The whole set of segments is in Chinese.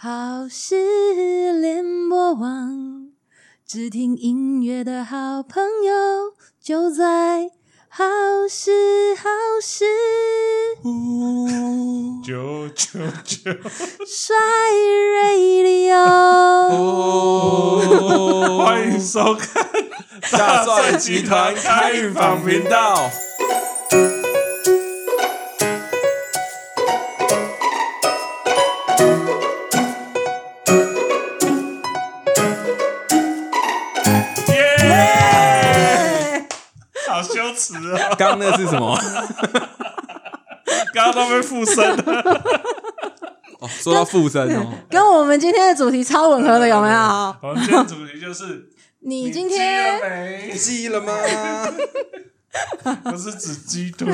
好事联播网，只听音乐的好朋友，就在好事好事 999 帅 Radio， 欢迎收看大帅集团开运坊频道。 好羞耻哦！ 刚刚那是什么？ 刚刚都被附身了。 哦，说到附身哦， 跟我们今天的主题超吻合的，有没有？ 我们今天主题就是你今天你记了吗？ 不是指基督。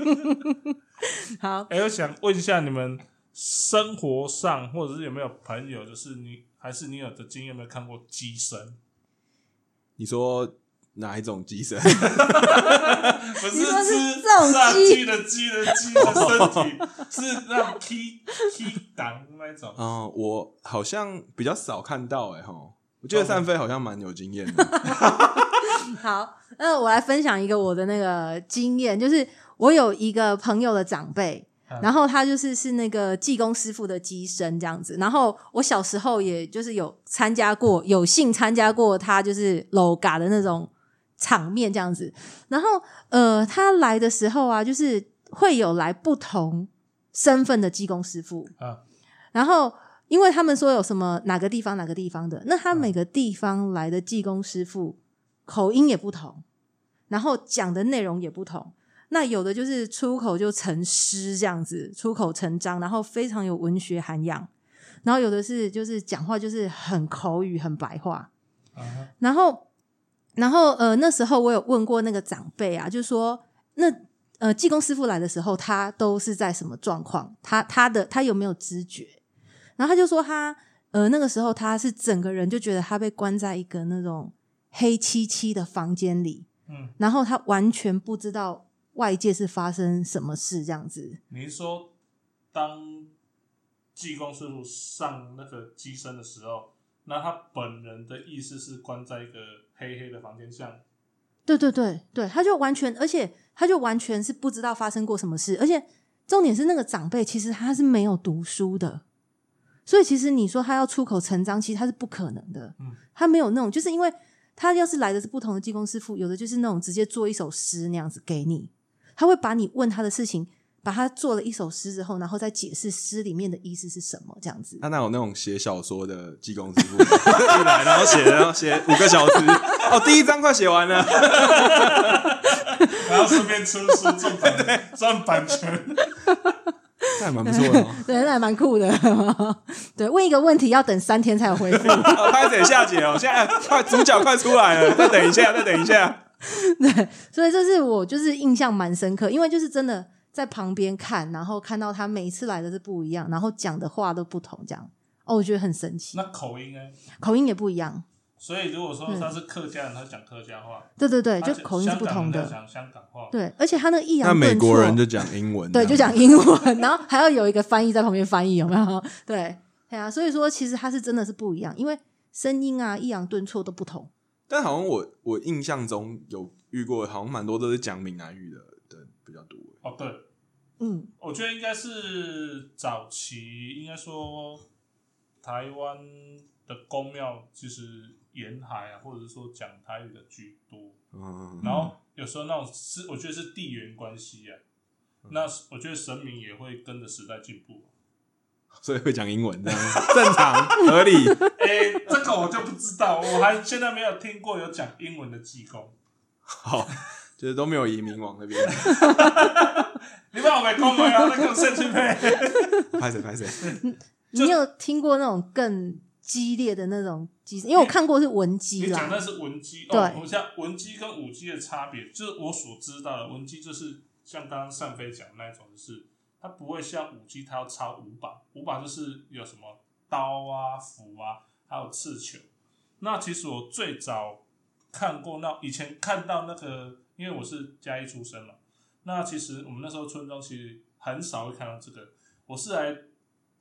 好， 我想问一下，你们生活上或者是有没有朋友，就是你还是你有的经验，有没有看过鸡生？ 你说哪一种鸡生？ 不是你说是吃这种炸鸡鸡的鸡的身体，是那种 key 档那一种。 哦，我好像比较少看到齁。我记得单飞好像蛮有经验的。 好，那我来分享一个我的那个经验，就是我有一个朋友的长辈，然后他是那个技工师傅的机身这样子，然后我小时候也就是有幸参加过他就是楼嘎的那种场面这样子，然后他来的时候啊，就是会有来不同身份的技工师傅然后因为他们说有什么哪个地方的，那他每个地方来的技工师傅口音也不同，然后讲的内容也不同，那有的就是出口就成诗这样子，出口成章，然后非常有文学涵养，然后有的是就是讲话就是很口语很白话然后那时候我有问过那个长辈啊，就是说那技工师傅来的时候他都是在什么状况，他有没有知觉，然后他就说他那个时候他是整个人就觉得他被关在一个那种黑漆漆的房间里然后他完全不知道外界是发生什么事这样子。 你是说当技工师傅上那个机身的时候，那他本人的意识是关在一个黑黑的房间像？ 对，他就完全，而且他就完全是不知道发生过什么事，而且重点是那个长辈其实他是没有读书的，所以其实你说他要出口成章，其实他是不可能的他没有那种，就是因为他要是来的是不同的技工师傅，有的就是那种直接做一首诗那样子给你，他会把你问他的事情把他做了一首诗之后，然后再解释诗里面的意思是什么这样子。 他哪有那种写小说的技工师傅一来然后写5个小时哦，第一章快写完了然后顺便出书赚版权这还蛮不错的对，那还蛮酷的对，问一个问题要等3天才有回复拍着下姐现在主角快出来了，再等一下对，所以这是我就是印象蛮深刻，因为就是真的在旁边看，然后看到他每一次来的是不一样，然后讲的话都不同这样我觉得很神奇。 那口音呢？ 口音也不一样， 所以如果说他是客家人他讲客家话对，就口音是不同的， 香港人讲香港话， 对，而且他那个抑扬那顿挫， 美国人就讲英文， 对，就讲英文然后还要有一个翻译在旁边翻译，有没有？对所以说其实他是真的是不一样，因为声音啊抑扬顿挫都不同。 但好像我印象中有遇过，好像蛮多都是讲闽南语的比较多。 对，我觉得应该是早期，应该说台湾的公庙其实沿海啊，或者是说讲台语的居多，然后有时候那种是我觉得是地缘关系啊，那我觉得神明也会跟着时代进步。 所以会讲英文，这样正常合理。 这个我就不知道，我还现在没有听过有讲英文的技工。 好，就是都没有移民往那边。 你把我没讲了啊，那给我先去配。 拍谁？ 你有听过那种更激烈的那种机，因为我看过是文机啦。 你讲的是文机对我像文机跟武机的差别，就是我所知道的文机就是像刚刚单飞讲的那种，就是它不会像武机，它要操五把就是有什么刀啊、斧啊，还有刺球。那其实我最早看过，以前看到那个，因为我是嘉义出生嘛，那其实我们那时候村庄其实很少会看到这个。我是来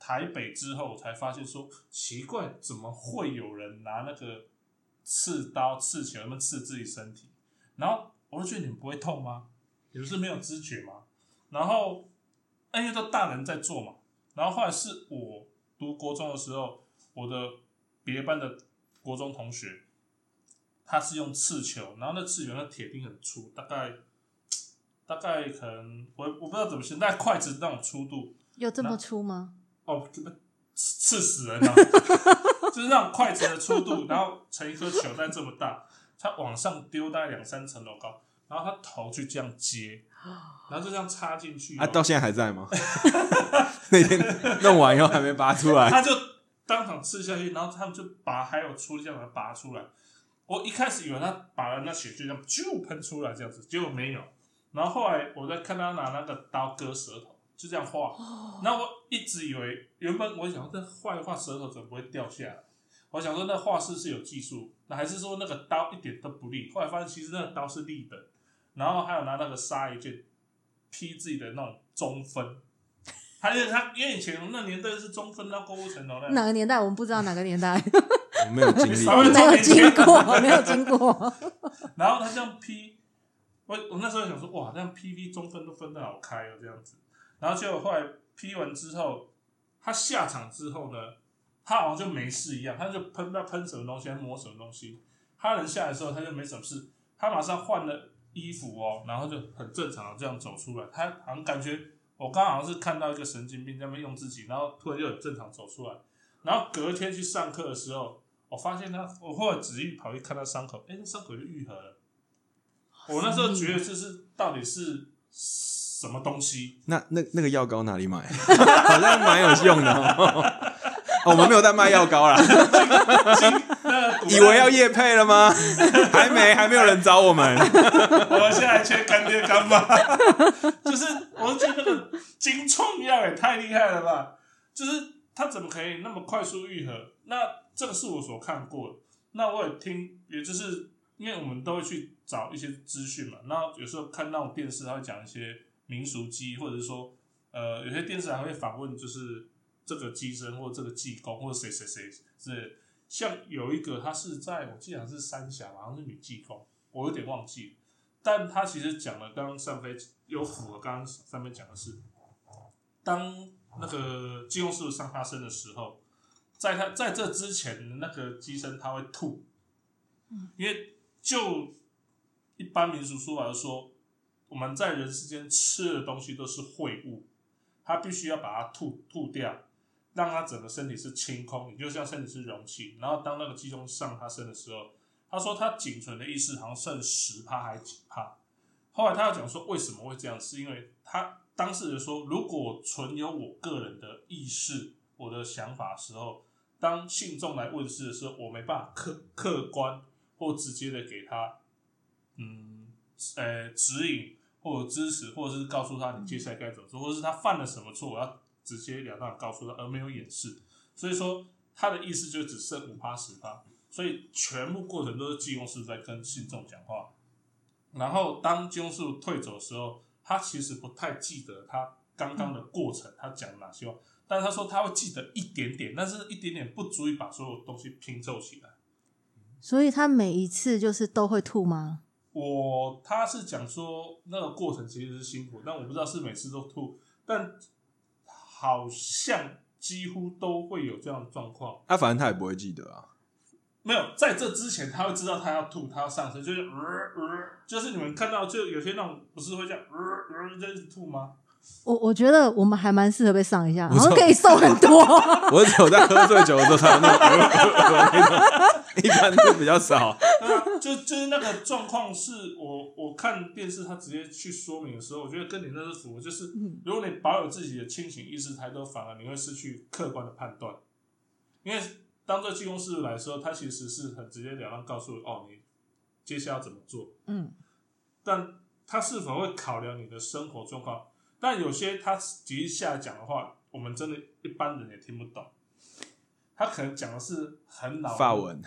台北之后，我才发现说奇怪，怎么会有人拿那个刺刀刺球，那么刺自己身体？然后我就觉得你们不会痛吗？你们是没有知觉吗？然后因为都大人在做嘛。然后后来是我读国中的时候，我的别班的国中同学，他是用刺球，然后那刺球那铁钉很粗，大概可能我不知道怎么形容，大概筷子那种粗度。 有这么粗吗？ 哦，刺死人啊！就是那种筷子的粗度，然后成一颗球蛋这么大，它往上丢大概2-3层楼高，然后他头去这样接，然后就这样插进去。 到现在还在吗？那天弄完以后还没拔出来， 他就当场刺下去，然后他们就把还有粗力这样把它拔出来。我一开始以为他拔了那血就这样就喷出来这样子，结果没有。然后后来我在看他拿那个刀割舌头，就这样画。然后我一直以为，原本我想说这画一画舌头怎么不会掉下来？我想说那画师是有技术，那还是说那个刀一点都不利？后来发现其实那个刀是利的。然后还有拿那个纱一件劈自己的那种中分。因为以前那年代是中分到购物城楼哪个年代我们不知道哪个年代， 我没有经历， 没有经过。 然后他这样劈，我那时候想说哇，这样劈中分都分得好开哦，这样子。然后结果后来劈完之后，他下场之后呢，他好像就没事一样，他就喷什么东西，还摸什么东西。他人下来的时候他就没什么事，他马上换了衣服哦，然后就很正常的这样走出来。他好像感觉。我刚好像是看到一个神经病在那边用自己，然后突然就很正常走出来，然后隔天去上课的时候，我发现我后来仔细跑去看他伤口，那伤口就愈合了。我那时候觉得这是到底是什么东西？ 那个药膏哪里买？好像蛮有用的哦。我们没有在卖药膏啦，以为要业配了吗？还没有人找我们。 我们现在缺干爹干妈，就是我觉得那个金创药也太厉害了吧！就是它怎么可以那么快速愈合？那这个是我所看过的。那我也听，也就是因为我们都会去找一些资讯嘛，然后有时候看那种电视，他会讲一些民俗机，或者是说有些电视还会访问，就是这个机身或这个技工或者谁之类的。像有一个，他是在我记得是三峡，好像是女技工，我有点忘记了。但他其实讲了，刚刚上飞有符合刚刚上面讲的是，当那个技工师傅上他身的时候，在这之前那个机身他会吐，因为就一般民俗说法说，我们在人世间吃的东西都是秽物，他必须要把它吐掉。让他整个身体是清空，你就像身体是容器。然后当那个机中上他身的时候，他说他仅存的意识好像剩10%还是几%。后来他要讲说为什么会这样，是因为他当事人说，如果纯有我个人的意识、我的想法的时候，当信众来问事的时候，我没办法客观或直接的给他指引或者支持，或者是告诉他你接下来该怎么做，或者是他犯了什么错，我要直截了当告诉他，而没有掩饰。所以说他的意思就只剩5%、10%，所以全部过程都是技工师傅在跟信众讲话。然后当技工师傅退走的时候，他其实不太记得他刚刚的过程，他讲哪些话，但是他说他会记得一点点，但是一点点不足以把所有东西拼凑起来。 所以他每一次就是都会吐吗？ 他是讲说那个过程其实是辛苦，但我不知道是每次都吐，但好像几乎都会有这样的状况。 反正他也不会记得啊。 没有，在这之前他会知道他要吐，他要上身，就是就是你们看到就有些那种不是会这样这样吐吗？ 我觉得我们还蛮适合被上一下，好像可以瘦很多。 我只有在喝醉酒的时候才有那种，一般都比较少。 就是那个状况是我看电视他直接去说明的时候，我觉得跟你那是符合，就是如果你保有自己的清醒意识抬头，反而你会失去客观的判断。因为当这技工师傅来的时候，他其实是很直截了当告诉你你接下来要怎么做。但他是否会考量你的生活状况？但有些他直接下来讲的话，我们真的一般人也听不懂。他可能讲的是很老的法文，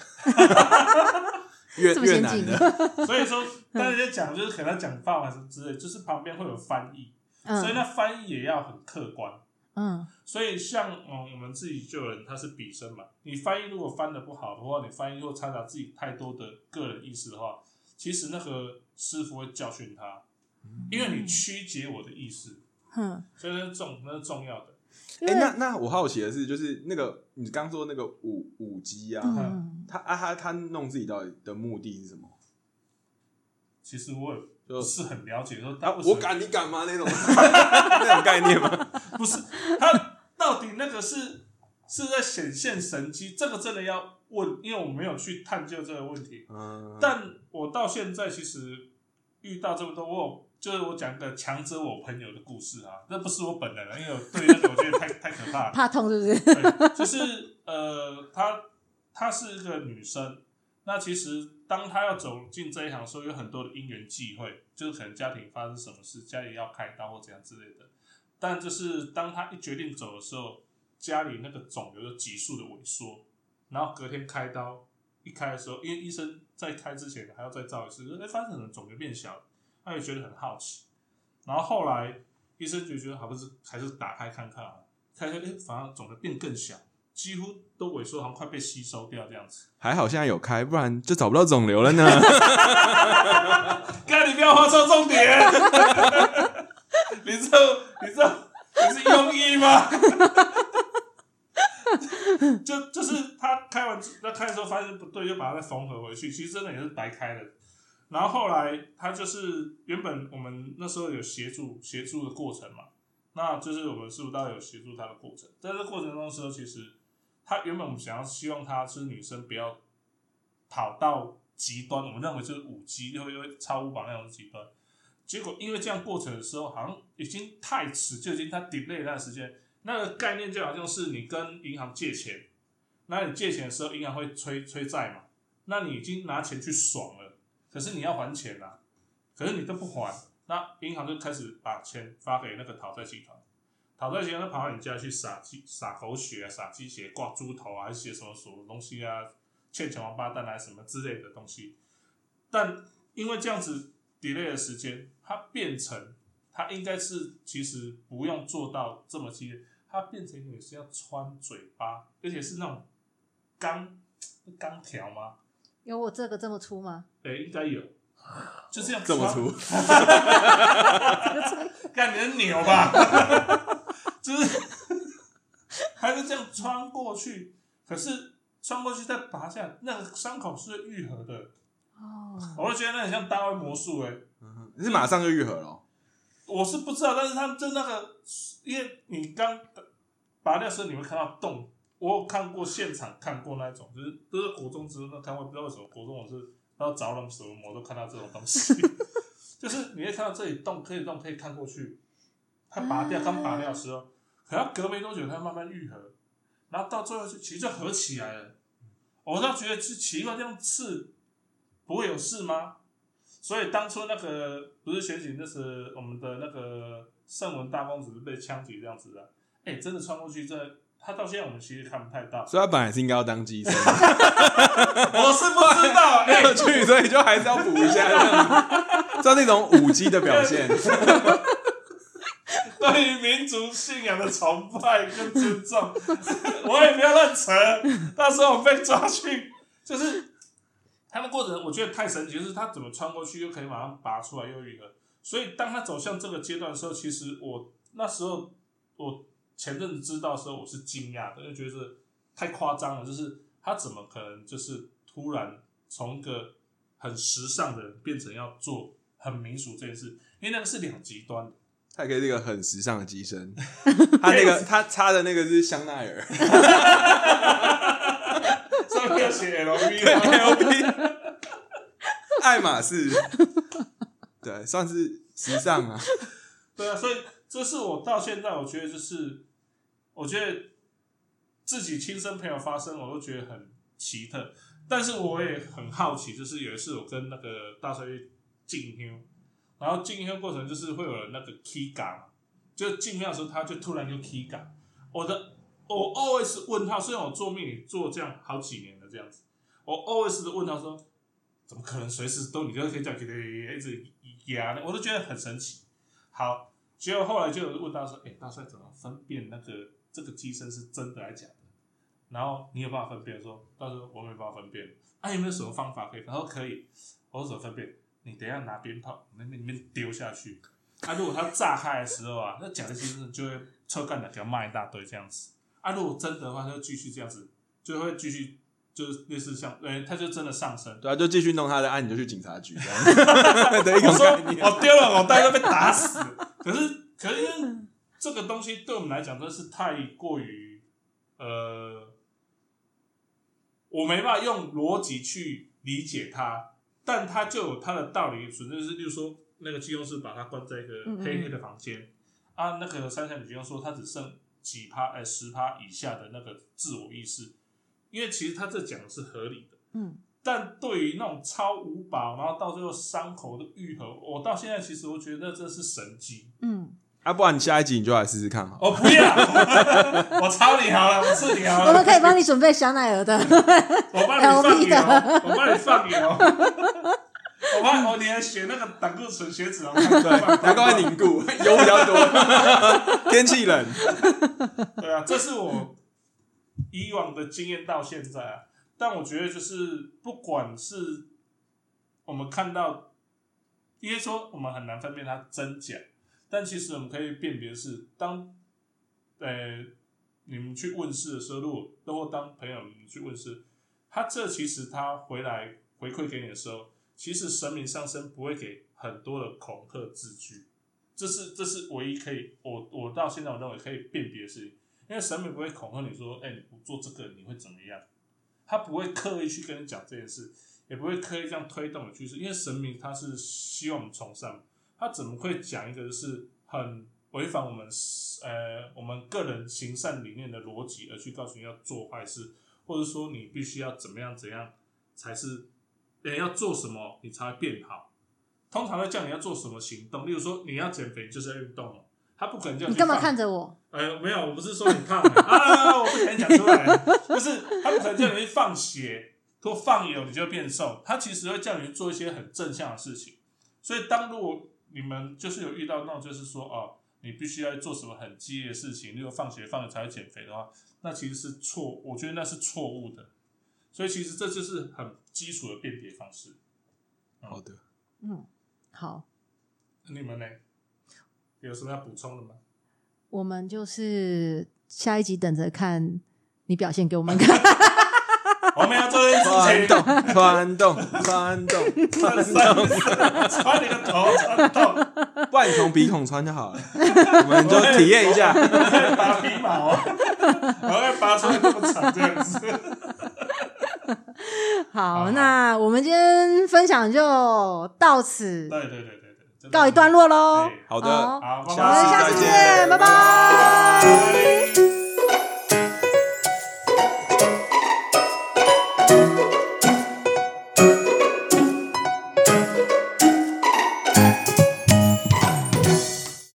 越南的。 所以说，但人家讲就是可能讲法文之类，就是旁边会有翻译，所以那翻译也要很客观。 所以像我们自己就有人他是笔生嘛，你翻译如果翻得不好的话，你翻译如果掺杂自己太多的个人意思的话，其实那个师傅会教训他，因为你曲解我的意思，所以那是重要的。 那我好奇的是，就是那个你刚说那个舞姬啊，他弄自己到底的目的是什么？ 其实我也不是很了解，说我敢你敢吗？那种那种概念吗？ 不是，他到底那个是在显现神迹，这个真的要问，因为我没有去探究这个问题。但我到现在其实遇到这么多，就是我讲的强者我朋友的故事啊，那不是我本人了，因为我对那个我觉得太可怕了， 怕痛是不是？ 对，就是她是一个女生，那其实当她要走进这一行的时候，有很多的因缘际会，就是可能家庭发生什么事，家里要开刀或怎样之类的。但就是当她一决定走的时候，家里那个肿瘤就急速的萎缩，然后隔天开刀，一开的时候，因为医生在开之前还要再照一次，发现可能肿瘤变小了，他也觉得很好奇。然后后来医生就觉得还是打开看看啊，开开反而肿瘤变更小。几乎都萎缩，好像快被吸收掉这样子。 还好现在有开，不然就找不到肿瘤了呢。 干，你不要画错重点。你是庸医吗？就是他开的时候发现不对，又把它再缝合回去，其实真的也是白开的。然后后来他就是原本我们那时候有协助的过程嘛，那就是我们师傅大概有协助他的过程，在这过程中的时候，其实他原本我们希望他是女生不要跑到极端，我们认为就是5G会超500那种极端。结果因为这样过程的时候，好像已经太迟，就已经他 delay 那个时间，那个概念就好像是你跟银行借钱，那你借钱的时候，银行会催债嘛，那你已经拿钱去爽了，可是你要还钱啊，可是你都不还，那银行就开始把钱发给那个讨债集团。讨债集团就跑到你家去撒狗血啊，撒鸡血，挂猪头啊，还是写什么东西啊，欠钱王八蛋啊什么之类的东西。但因为这样子 delay 的时间，它变成它应该是其实不用做到这么激烈，它变成也是要穿嘴巴，而且是那种钢条吗？ 有我这个这么粗吗？ 应该有，就这样这么粗， 干你的牛吧！就是还是这样穿过去，可是穿过去再拔下来，那个伤口是会愈合的。我就觉得那很像大卫魔术是马上就愈合了。 我是不知道，但是他们就那个，因为你刚拔掉的时候你会看到洞，我有看过现场看过那种，就是都是国中之后看过，不知道为什么国中我是到着冷什么我都看到这种东西，就是你会看到这里洞可以看过去，它拔掉刚拔掉的时候，可能隔没多久它慢慢愈合，然后到最后其实就合起来了。我倒觉得是奇怪，这样刺不会有事吗？所以当初那个不是选举，那是我们的那个圣文大公子被枪击这样子的，真的穿过去，真的，他到现在我们其实看不太到， 所以他本来是应该要当机师， 我是不知道， 没有去，所以就还是要补一下，这样那种5G 的表现。 对于民族信仰的崇拜跟尊重，我也不要乱扯。到时候我被抓去，就是他们过程，我觉得太神奇，就是他怎么穿过去又可以马上拔出来又愈合。所以当他走向这个阶段的时候，其实那时候我前阵子知道的时候，我是惊讶的，因为觉得太夸张了，就是他怎么可能就是突然从一个很时尚的人变成要做很民俗这件事，因为那个是2极端的。 他也可以是一个很时尚的机身，他插的那个是香奈儿， 上面有写 LV， 爱马仕，对，算是时尚啊。 对啊，所以这是我到现在我觉得我觉得自己亲身朋友发生，我都觉得很奇特。但是我也很好奇，就是有一次我跟那个大帅去进香。然后进香过程就是会有人那个 key 嘎嘛，就进庙的时候他就突然就 key 嘎，我 always 问他，虽然我做命理做这样好几年了这样子，我 always 问他说，怎么可能随时都你就可以这样给他一直压呢？我都觉得很神奇。好， 结果后来就有人问到说，大帅怎么分辨这个机身是真的还是假的？然后你有办法分辨？说，到时候我没办法分辨。有没有什么方法可以？他说可以。我说怎么分辨？你等一下拿鞭炮那里面丢下去。如果它炸开的时候啊，那假的机身就会抽干的给它骂一大堆这样子。如果真的的话，它就继续这样子，就会继续就是类似像，它就真的上升。 对啊，就继续弄他的案，你就去警察局这样的一个概念。 我丢了，我大家都被打死。可是因为这个东西对我们来讲真是太过于我没办法用逻辑去理解它，但它就有它的道理存在。就是例如说，那个技工师把它关在一个黑黑的房间那个山下女技工说，他只剩几%、10%以下的那个自我意识，因为其实他这讲的是合理的。但对于那种超无保，然后到最后伤口的愈合，我到现在其实我觉得这是神迹。 不然你下一集你就来试试看好。 我不要，我抄你好了，我吃你好了。 我们可以帮你准备香奈儿的， 我帮你放油，我帮你还写那个胆固醇血脂， 对，难怪会凝固，油比较多，天气冷。 对啊，这是我以往的经验到现在但我觉得就是不管是我们看到，因为说我们很难分辨它真假。但其实我们可以辨别是，当你们去问世的时候，如果当朋友你去问世，其实他回来回馈给你的时候，其实神明上身不会给很多的恐吓字句，这是唯一可以我到现在我认为可以辨别的事情，因为神明不会恐吓你说，你不做这个你会怎么样，他不会刻意去跟你讲这件事，也不会刻意这样推动你去，因为神明他是希望我们崇尚。他怎么会讲一个就是很违反我们个人行善理念的逻辑，而去告诉你要做坏事，或者说你必须要怎么样才是要做什么你才会变好？通常会叫你要做什么行动，例如说你要减肥就是要运动了，他不可能叫你干嘛看着我？ 没有，我不是说你胖我不想讲出来，就是他不可能叫你去放血或放油你就变瘦，他其实会叫你去做一些很正向的事情。所以如果你们就是有遇到那种就是说你必须要做什么很激烈的事情，例如放血放了才会减肥的话，那其实是我觉得那是错误的。所以其实这就是很基础的辨别方式。 好的， 好。 你们呢？有什么要补充的吗？ 我们就是下一集等着看你表现给我们看。 我们要做这件事情， 穿洞， 穿你个头，穿洞， 不然你从鼻孔穿就好了。我们就体验一下， 拔皮毛然后拔出来这么长这样子。 好，那我们今天分享就到此， 对， 告一段落喽。 好的， 好， 我们下次见，拜拜。